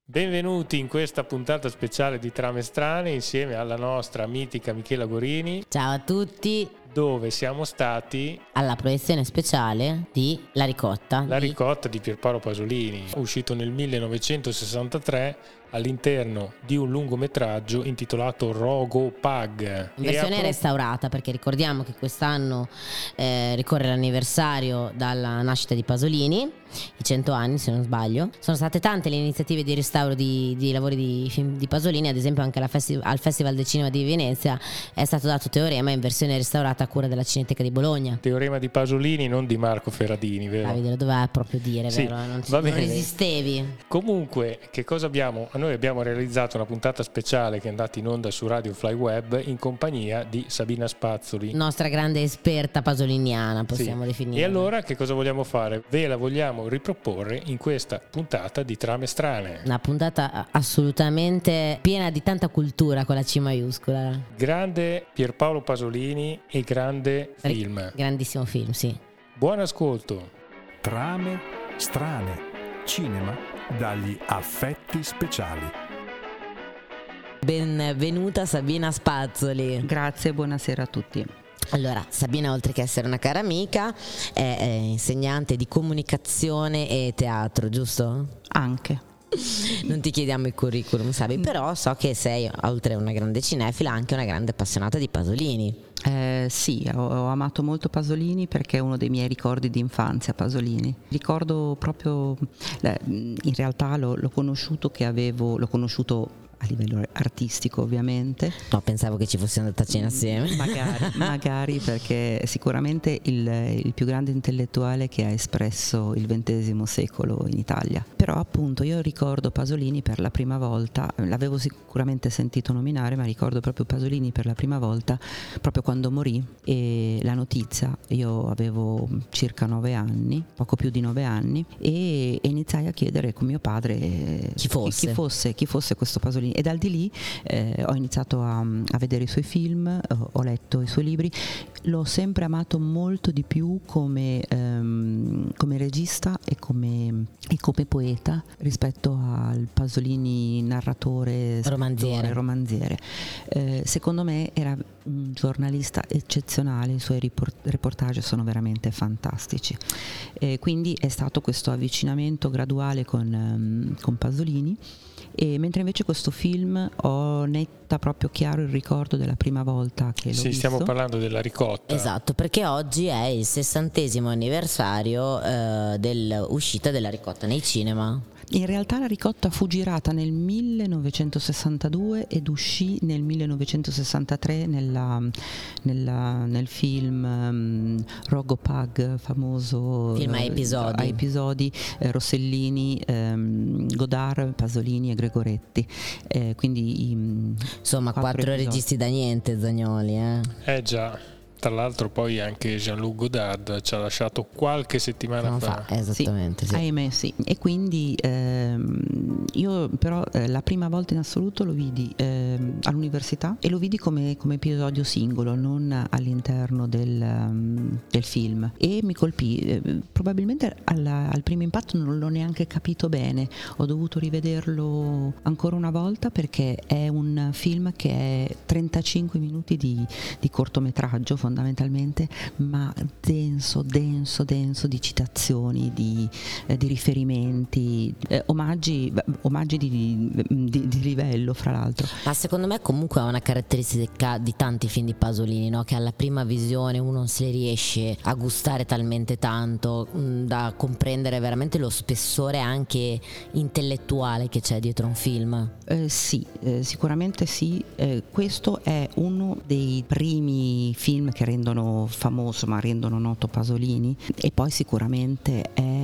Benvenuti in questa puntata speciale di Trame Strane insieme alla nostra mitica Michela Gorini. Ciao a tutti. Dove siamo stati alla proiezione speciale di La Ricotta. La Ricotta di Pierpaolo Pasolini, uscito nel 1963 all'interno di un lungometraggio intitolato Rogo Pag. In versione restaurata, perché ricordiamo che quest'anno ricorre l'anniversario dalla nascita di Pasolini, i 100 anni se non sbaglio. Sono state tante le iniziative di restauro di lavori di film di Pasolini, ad esempio anche al Festival del Cinema di Venezia è stato dato Teorema in versione restaurata a cura della Cineteca di Bologna. Teorema di Pasolini, non di Marco Ferradini, vero? Davide, lo doveva proprio dire, sì, vero? Non resistevi. Comunque, che cosa abbiamo? Noi abbiamo realizzato una puntata speciale che è andata in onda su Radio Fly Web in compagnia di Sabina Spazzoli, nostra grande esperta pasoliniana, possiamo definire. E allora che cosa vogliamo fare? Ve la vogliamo riproporre in questa puntata di Trame Strane. Una puntata assolutamente piena di tanta cultura con la C maiuscola. Grande Pierpaolo Pasolini e grande film. Grandissimo film, sì. Buon ascolto. Trame Strane, cinema dagli affetti speciali. Benvenuta Sabina Spazzoli. Grazie, buonasera a tutti. Allora, Sabina, oltre che essere una cara amica, è insegnante di comunicazione e teatro, giusto? Anche. Non ti chiediamo il curriculum, Sabi, però so che sei, oltre a una grande cinefila, anche una grande appassionata di Pasolini. Sì, ho amato molto Pasolini perché è uno dei miei ricordi di infanzia. Pasolini, ricordo proprio, in realtà l'ho conosciuto a livello artistico, ovviamente. No, pensavo che ci fossimo andati a cena assieme. Magari perché sicuramente il più grande intellettuale che ha espresso il XX secolo in Italia. Però appunto io ricordo Pasolini per la prima volta, l'avevo sicuramente sentito nominare, ma ricordo proprio Pasolini per la prima volta proprio quando morì, e la notizia, io avevo circa 9 anni, poco più di 9 anni, e iniziai a chiedere con mio padre chi fosse questo Pasolini. E dal di lì ho iniziato a vedere i suoi film, ho letto i suoi libri, l'ho sempre amato molto di più come regista e come poeta rispetto al Pasolini narratore, romanziere. Secondo me era un giornalista eccezionale, i suoi reportage sono veramente fantastici, quindi è stato questo avvicinamento graduale con Pasolini. E mentre invece questo film ho netta proprio chiaro il ricordo della prima volta che l'ho visto. Stiamo parlando della Ricotta. Esatto, perché oggi è il 60° anniversario dell'uscita della Ricotta nei cinema. In realtà la Ricotta fu girata nel 1962 ed uscì nel 1963 nel film Rogo Pag, famoso film a episodi, Rossellini, Godard, Pasolini e Gregoretti, quindi insomma 4 registi da niente, Zagnoli, già. Tra l'altro poi anche Jean-Luc Godard ci ha lasciato qualche settimana fa. Esattamente, sì. Ahimè, sì. E quindi io però la prima volta in assoluto lo vidi all'università, e lo vidi come episodio singolo, non all'interno del film, e mi colpì. Probabilmente al primo impatto non l'ho neanche capito bene, ho dovuto rivederlo ancora una volta perché è un film che è 35 minuti di cortometraggio fondamentalmente, ma denso di citazioni, di riferimenti, omaggi di livello, fra l'altro. Ma secondo me comunque è una caratteristica di tanti film di Pasolini, no? Che alla prima visione uno non se li riesce a gustare talmente tanto da comprendere veramente lo spessore anche intellettuale che c'è dietro un film. Sì, sicuramente sì. Questo è uno dei primi film che rendono famoso, ma rendono noto Pasolini, e poi sicuramente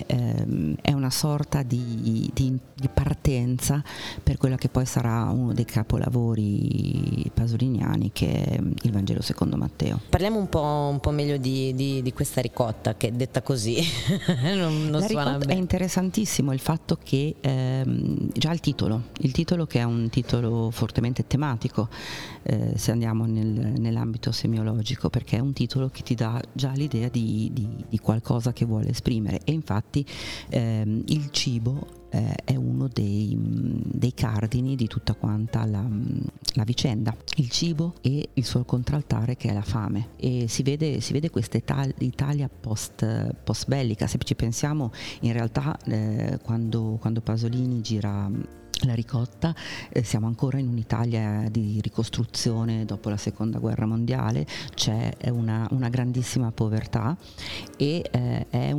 è una sorta di partenza per quello che poi sarà uno dei capolavori pasoliniani, che è il Vangelo secondo Matteo. Parliamo un po' meglio di questa Ricotta, che detta così non la suona Ricotta bene. È interessantissimo il fatto che già il titolo che è un titolo fortemente tematico, se andiamo nell'ambito semiologico, perché è un titolo che ti dà già l'idea di qualcosa che vuole esprimere, e infatti il cibo è uno dei cardini di tutta quanta la vicenda, il cibo e il suo contraltare che è la fame, e si vede questa Italia post bellica. Se ci pensiamo, in realtà quando Pasolini gira La ricotta, siamo ancora in un'Italia di ricostruzione dopo la seconda guerra mondiale, c'è una grandissima povertà e è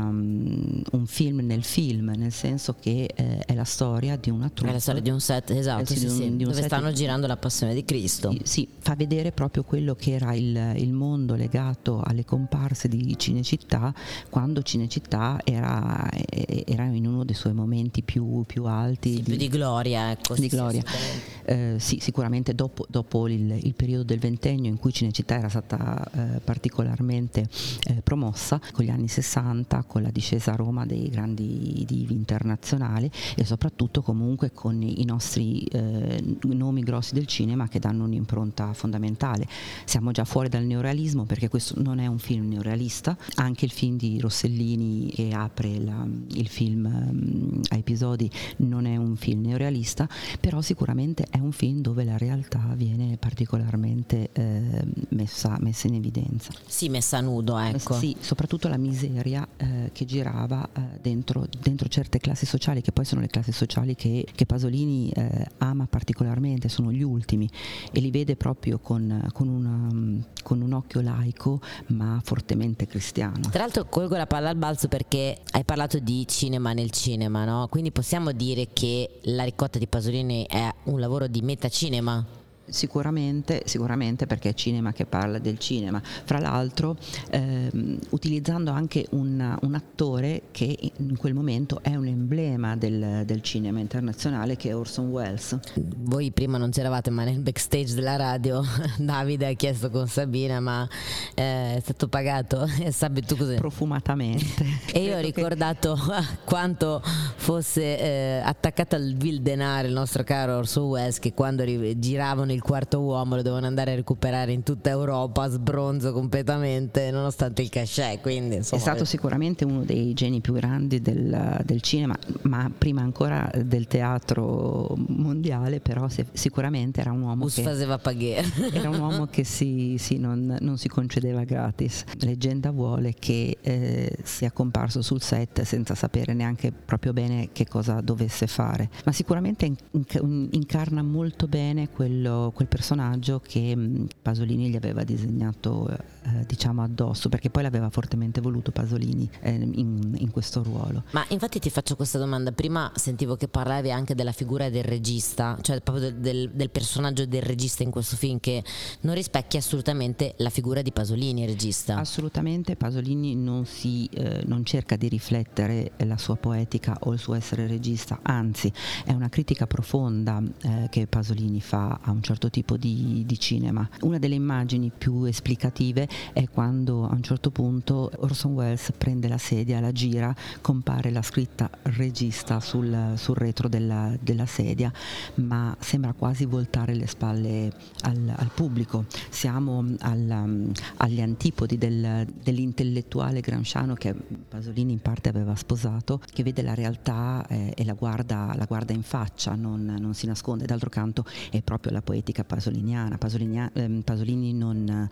un film nel film, nel senso che è la storia di una troupe. È la storia di un set, esatto, dove stanno girando La Passione di Cristo. Sì, fa vedere proprio quello che era il mondo legato alle comparse di Cinecittà, quando Cinecittà era in uno dei suoi momenti più alti, sì, più di gloria, ecco. Di gloria. Sì, sicuramente dopo il periodo del ventennio in cui Cinecittà era stata particolarmente promossa, con gli anni 60, con la discesa a Roma dei grandi divi internazionali e soprattutto comunque con i nostri nomi grossi del cinema che danno un'impronta fondamentale. Siamo già fuori dal neorealismo, perché questo non è un film neorealista, anche il film di Rossellini che apre il film a episodi non è un film neorealista, però sicuramente è un film dove la realtà viene particolarmente messa in evidenza. Sì, messa a nudo, ecco. Sì, soprattutto la miseria che girava dentro certe classi sociali, che poi sono le classi sociali che Pasolini ama particolarmente, sono gli ultimi, e li vede proprio con un occhio laico ma fortemente cristiano. Tra l'altro colgo la palla al balzo perché hai parlato di cinema nel cinema, no? Quindi possiamo dire che La ricotta di Pasolini è un lavoro di metacinema? Sicuramente, perché è cinema che parla del cinema. Fra l'altro utilizzando anche un attore che in quel momento è un emblema del cinema internazionale, che è Orson Welles. Voi prima non c'eravate, ma nel backstage della radio Davide ha chiesto con Sabina: ma è stato pagato? E Sabi, tu cos'è? Profumatamente. E io ho ricordato quanto fosse attaccato al vil denaro il nostro caro Orson Welles, che quando giravano Il quarto uomo lo dovevano andare a recuperare in tutta Europa, sbronzo completamente nonostante il cachet, quindi insomma, è stato sicuramente uno dei geni più grandi del cinema, ma prima ancora del teatro mondiale. Però sicuramente era un uomo era un uomo che non si concedeva gratis. Leggenda vuole che sia comparso sul set senza sapere neanche proprio bene che cosa dovesse fare, ma sicuramente incarna molto bene quel personaggio che Pasolini gli aveva disegnato diciamo addosso, perché poi l'aveva fortemente voluto Pasolini in questo ruolo. Ma infatti ti faccio questa domanda: prima sentivo che parlavi anche della figura del regista, cioè proprio del personaggio del regista in questo film, che non rispecchia assolutamente la figura di Pasolini, regista. Assolutamente. Pasolini non cerca di riflettere la sua poetica o il suo essere regista, anzi è una critica profonda che Pasolini fa a un certo tipo di cinema. Una delle immagini più esplicative è quando a un certo punto Orson Welles prende la sedia, la gira, compare la scritta regista sul retro della sedia, ma sembra quasi voltare le spalle al pubblico. Siamo agli antipodi dell'intellettuale gramsciano che Pasolini in parte aveva sposato, che vede la realtà e la guarda in faccia, non si nasconde. D'altro canto è proprio la poetica pasoliniana. Pasolini non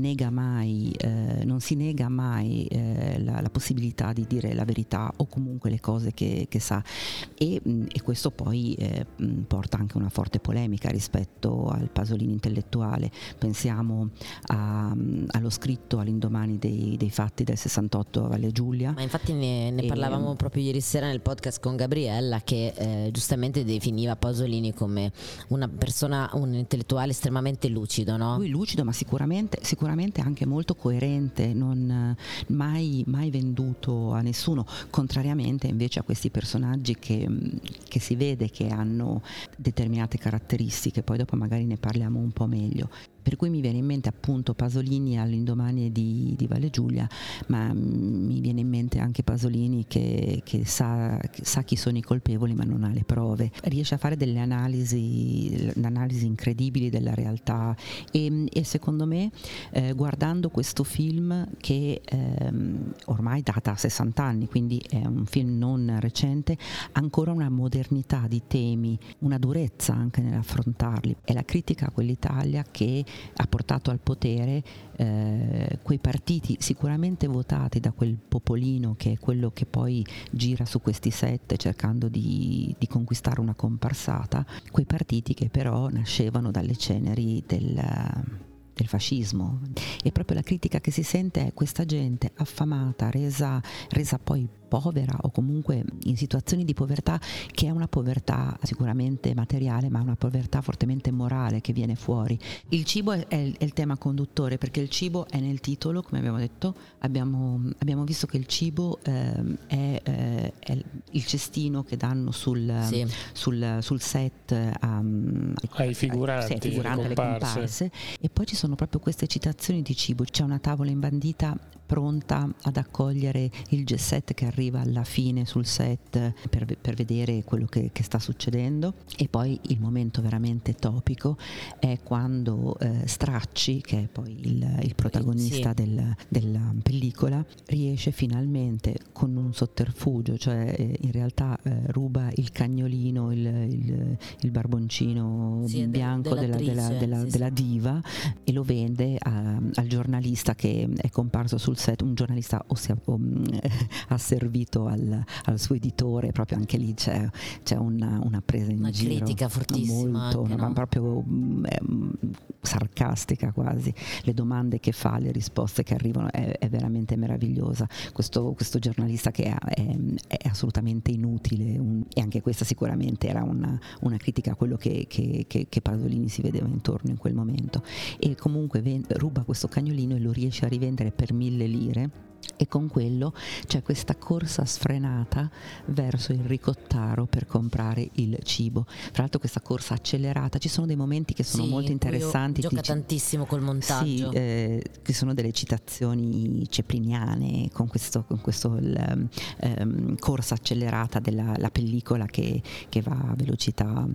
si nega mai la possibilità di dire la verità o comunque le cose che sa, e questo poi porta anche una forte polemica rispetto al Pasolini intellettuale. Pensiamo allo scritto all'indomani dei fatti del 68 a Valle Giulia. Ma infatti ne parlavamo proprio ieri sera nel podcast con Gabriella, che giustamente definiva Pasolini come una persona, un intellettuale estremamente lucido, no? Lui lucido, ma sicuramente anche molto coerente, non mai venduto a nessuno, contrariamente invece a questi personaggi che si vede che hanno determinate caratteristiche. Poi dopo magari ne parliamo un po' meglio. Per cui mi viene in mente appunto Pasolini all'indomani di Valle Giulia, ma mi viene in mente anche Pasolini che sa chi sono i colpevoli ma non ha le prove. Riesce a fare delle analisi incredibili della realtà e secondo me guardando questo film che ormai data 60 anni, quindi è un film non recente, ancora una modernità di temi, una durezza anche nell'affrontarli. È la critica a quell'Italia che ha portato al potere quei partiti sicuramente votati da quel popolino che è quello che poi gira su questi set cercando di conquistare una comparsata, quei partiti che però nascevano dalle ceneri del fascismo. E proprio la critica che si sente è questa gente affamata, resa poi povera o comunque in situazioni di povertà, che è una povertà sicuramente materiale ma una povertà fortemente morale che viene fuori. Il cibo è il tema conduttore, perché il cibo è nel titolo, come abbiamo detto, abbiamo visto che il cibo è il cestino che danno sul set ai figuranti, alle comparse, e poi ci sono proprio queste citazioni di cibo. C'è una tavola imbandita pronta ad accogliere il jet set che arriva alla fine sul set per vedere quello che sta succedendo. E poi il momento veramente topico è quando Stracci, che è poi il protagonista della pellicola, riesce finalmente con un sotterfugio, cioè in realtà ruba il cagnolino, il barboncino bianco della diva, e lo vende al giornalista che è comparso sul set, un giornalista ha servito al suo editore. Proprio anche lì c'è una presa in giro, una critica fortissima molto, anche, no? proprio sarcastica quasi, le domande che fa, le risposte che arrivano, è veramente meravigliosa. Questo giornalista che è assolutamente inutile, e anche questa sicuramente era una critica a quello che Pasolini si vedeva intorno in quel momento. E comunque ruba questo cagnolino e lo riesce a rivendere per 1.000 lire, e con quello c'è questa corsa sfrenata verso il ricottaro per comprare il cibo. Tra l'altro questa corsa accelerata, ci sono dei momenti che sono molto interessanti, gioca tantissimo col montaggio, che sono delle citazioni cepliniane con questo corsa accelerata della pellicola che va a velocità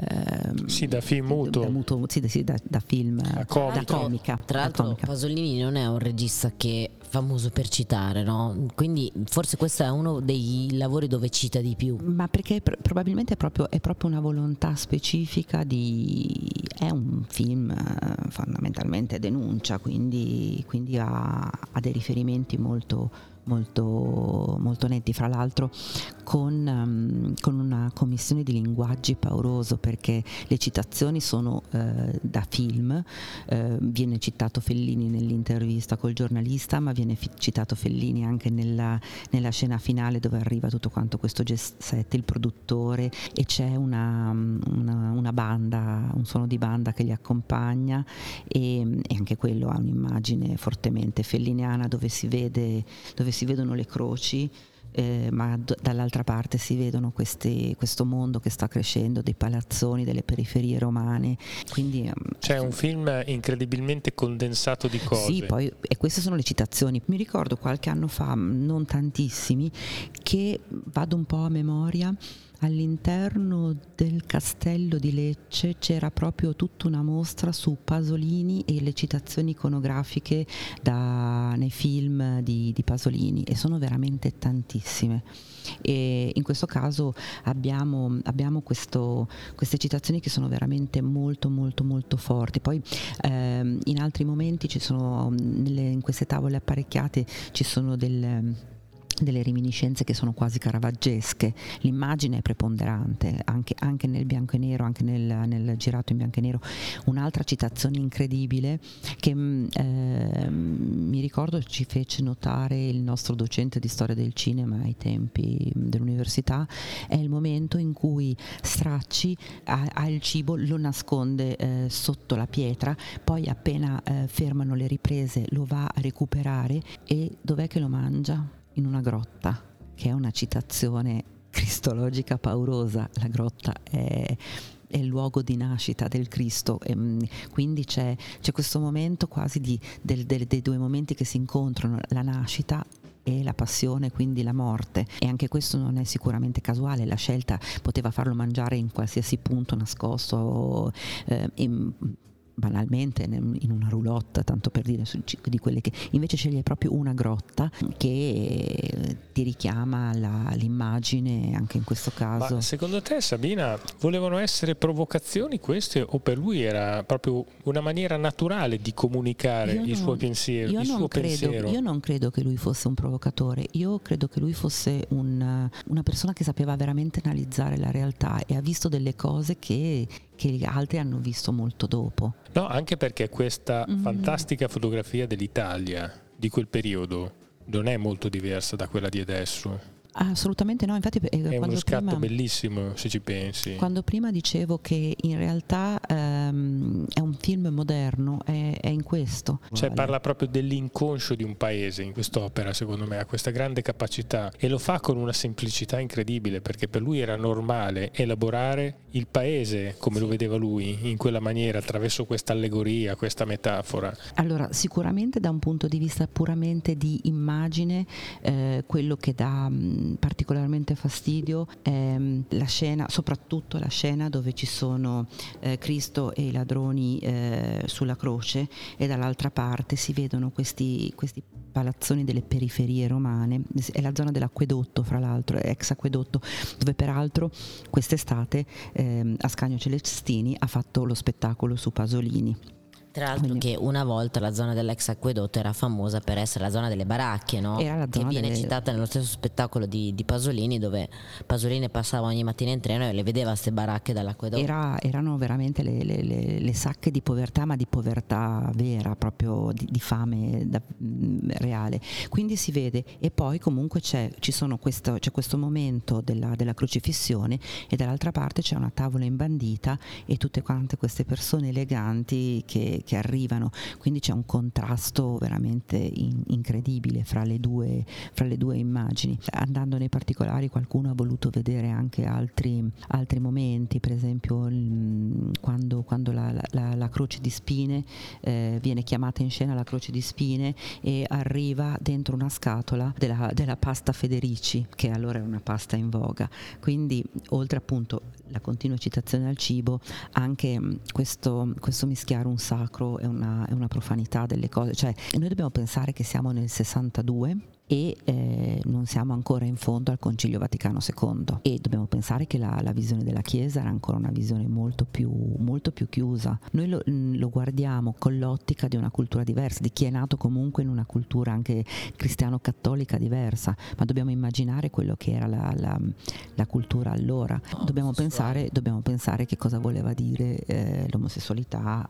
da film muto, da film da comica. Tra l'altro Pasolini non è un regista che è famoso per citare, no? Quindi forse questo è uno dei lavori dove cita di più. Ma perché probabilmente è proprio una volontà specifica è un film fondamentalmente denuncia, quindi ha dei riferimenti molto netti, fra l'altro con una commissione di linguaggi pauroso, perché le citazioni sono da film. Viene citato Fellini nell'intervista col giornalista, ma viene citato Fellini anche nella scena finale, dove arriva tutto quanto questo jet set, il produttore, e c'è una banda, un suono di banda che li accompagna, e anche quello ha un'immagine fortemente felliniana, dove si vedono le croci, ma dall'altra parte si vedono questo mondo che sta crescendo, dei palazzoni, delle periferie romane. Quindi c'è un film incredibilmente condensato di cose. Sì, poi, e queste sono le citazioni. Mi ricordo qualche anno fa, non tantissimi, che vado un po' a memoria, all'interno del castello di Lecce c'era proprio tutta una mostra su Pasolini e le citazioni iconografiche nei film di Pasolini, e sono veramente tantissime. E in questo caso abbiamo queste citazioni che sono veramente molto molto molto forti. Poi in altri momenti in queste tavole apparecchiate ci sono delle reminiscenze che sono quasi caravaggesche. L'immagine è preponderante anche nel bianco e nero, anche nel girato in bianco e nero. Un'altra citazione incredibile che mi ricordo ci fece notare il nostro docente di storia del cinema ai tempi dell'università, è il momento in cui Stracci ha il cibo, lo nasconde sotto la pietra, poi appena fermano le riprese lo va a recuperare, e dov'è che lo mangia? In una grotta, che è una citazione cristologica paurosa. La grotta è è il luogo di nascita del Cristo, quindi c'è questo momento quasi dei due momenti che si incontrano, la nascita e la passione, quindi la morte, e anche questo non è sicuramente casuale, la scelta poteva farlo mangiare in qualsiasi punto nascosto, banalmente in una roulotte, tanto per dire, di quelle che invece sceglie proprio una grotta che ti richiama l'immagine anche in questo caso. Ma secondo te, Sabina, volevano essere provocazioni queste o per lui era proprio una maniera naturale di comunicare il suo pensiero? Io non credo che lui fosse un provocatore, io credo che lui fosse una persona che sapeva veramente analizzare la realtà e ha visto delle cose che gli altri hanno visto molto dopo. No, anche perché questa fantastica fotografia dell'Italia di quel periodo non è molto diversa da quella di adesso. Assolutamente no, infatti è uno scatto bellissimo, se ci pensi. Quando prima dicevo che in realtà è un film moderno, è in questo. Cioè parla proprio dell'inconscio di un paese in quest'opera, secondo me ha questa grande capacità e lo fa con una semplicità incredibile, perché per lui era normale elaborare il paese come lo vedeva lui, in quella maniera, attraverso questa allegoria, questa metafora. Allora, sicuramente da un punto di vista puramente di immagine, quello che dà particolarmente fastidio la scena, soprattutto la scena dove ci sono Cristo e i ladroni sulla croce e dall'altra parte si vedono questi palazzoni delle periferie romane. È la zona dell'acquedotto, fra l'altro, ex acquedotto, dove peraltro quest'estate Ascanio Celestini ha fatto lo spettacolo su Pasolini. Tra l'altro che una volta la zona dell'ex acquedotto era famosa per essere la zona delle baracche, no? Che viene citata nello stesso spettacolo di Pasolini, dove Pasolini passava ogni mattina in treno e le vedeva queste baracche dall'acquedotto. Erano veramente le sacche di povertà, ma di povertà vera, proprio di fame reale. Quindi si vede, e poi comunque c'è questo momento della crocifissione e dall'altra parte c'è una tavola imbandita e tutte quante queste persone eleganti che arrivano, quindi c'è un contrasto veramente incredibile fra le due immagini. Andando nei particolari, qualcuno ha voluto vedere anche altri momenti, per esempio quando la croce di spine viene chiamata in scena, la croce di spine, e arriva dentro una scatola della pasta Federici, che allora è una pasta in voga. Quindi oltre appunto la continua citazione al cibo, anche questo mischiare un sacro è una profanità delle cose. Cioè noi dobbiamo pensare che siamo nel 62 e non siamo ancora in fondo al Concilio Vaticano II, e dobbiamo pensare che la visione della Chiesa era ancora una visione molto più chiusa. Noi lo guardiamo con l'ottica di una cultura diversa, di chi è nato comunque in una cultura anche cristiano-cattolica diversa, ma dobbiamo immaginare quello che era la cultura allora. Dobbiamo pensare che cosa voleva dire l'omosessualità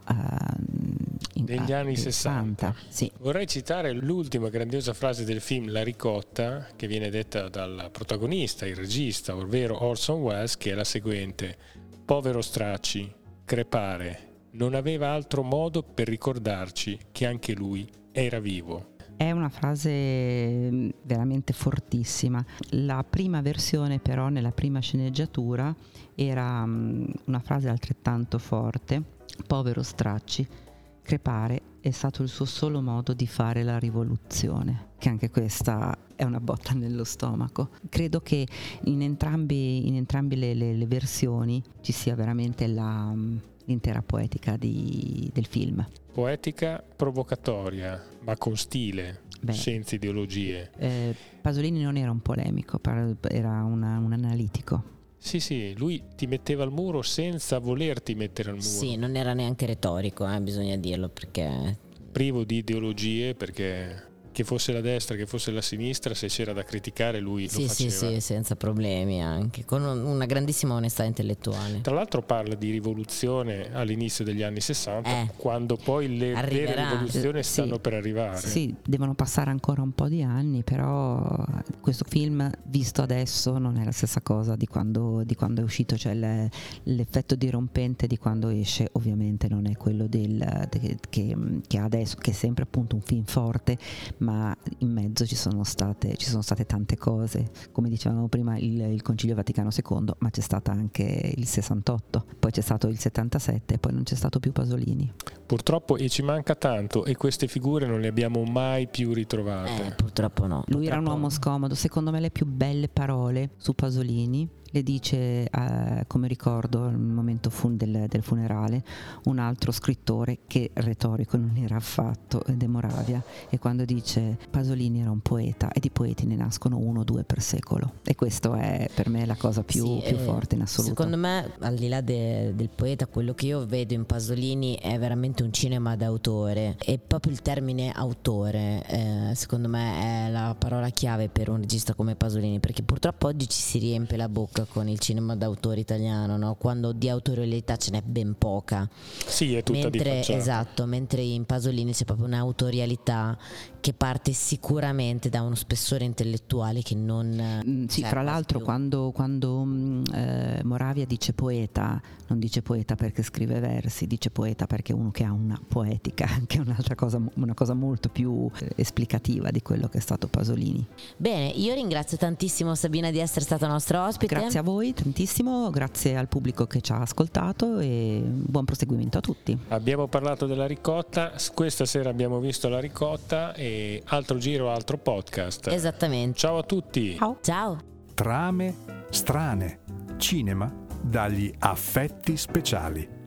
negli anni 60. Sì. Vorrei citare l'ultima grandiosa frase del film La ricotta, che viene detta dal protagonista, il regista, ovvero Orson Welles, che è la seguente: povero Stracci, crepare, non aveva altro modo per ricordarci che anche lui era vivo. È una frase veramente fortissima. La prima versione però, nella prima sceneggiatura, era una frase altrettanto forte: povero Stracci, crepare è stato il suo solo modo di fare la rivoluzione. Che anche questa è una botta nello stomaco. Credo che in entrambi le versioni ci sia veramente l'intera poetica del film. Poetica provocatoria, ma con stile, senza ideologie. Pasolini non era un polemico, era un analitico. Sì, lui ti metteva al muro senza volerti mettere al muro. Sì, non era neanche retorico, bisogna dirlo, perché privo di ideologie, perché che fosse la destra, che fosse la sinistra, se c'era da criticare lui lo faceva. Sì, senza problemi, anche con una grandissima onestà intellettuale. Tra l'altro parla di rivoluzione all'inizio degli anni 60, quando poi le vere rivoluzioni stanno per arrivare. Sì, devono passare ancora un po' di anni, però questo film visto adesso non è la stessa cosa di quando è uscito, cioè l'effetto dirompente di quando esce ovviamente non è quello che adesso, che è sempre appunto un film forte, ma in mezzo ci sono state tante cose, come dicevamo prima il Concilio Vaticano II, ma c'è stata anche il 68, poi c'è stato il 77 e poi non c'è stato più Pasolini. Purtroppo, e ci manca tanto, e queste figure non le abbiamo mai più ritrovate. Purtroppo no. Lui era un uomo scomodo. Secondo me le più belle parole su Pasolini le dice, come ricordo al momento del funerale, un altro scrittore che retorico non era affatto, De Moravia, e quando dice Pasolini era un poeta e di poeti ne nascono 1 o 2 per secolo, e questo è per me la cosa più forte in assoluto. Secondo me, al di là del poeta, quello che io vedo in Pasolini è veramente un cinema d'autore, e proprio il termine autore secondo me è la parola chiave per un regista come Pasolini, perché purtroppo oggi ci si riempie la bocca con il cinema d'autore italiano, no? Quando di autorialità ce n'è ben poca. Sì, è tutta di facciata. Esatto, mentre in Pasolini c'è proprio un'autorialità che parte sicuramente da uno spessore intellettuale che non sì, fra l'altro quando Moravia dice poeta, non dice poeta perché scrive versi, dice poeta perché è uno che ha una poetica, che è un'altra cosa, una cosa molto più esplicativa di quello che è stato Pasolini. Bene, io ringrazio tantissimo Sabina di essere stata nostra ospite. Grazie a voi tantissimo, grazie al pubblico che ci ha ascoltato e buon proseguimento a tutti. Abbiamo parlato della ricotta, questa sera abbiamo visto la ricotta, e altro giro, altro podcast. Esattamente. Ciao a tutti. Ciao. Trame strane. Cinema dagli affetti speciali.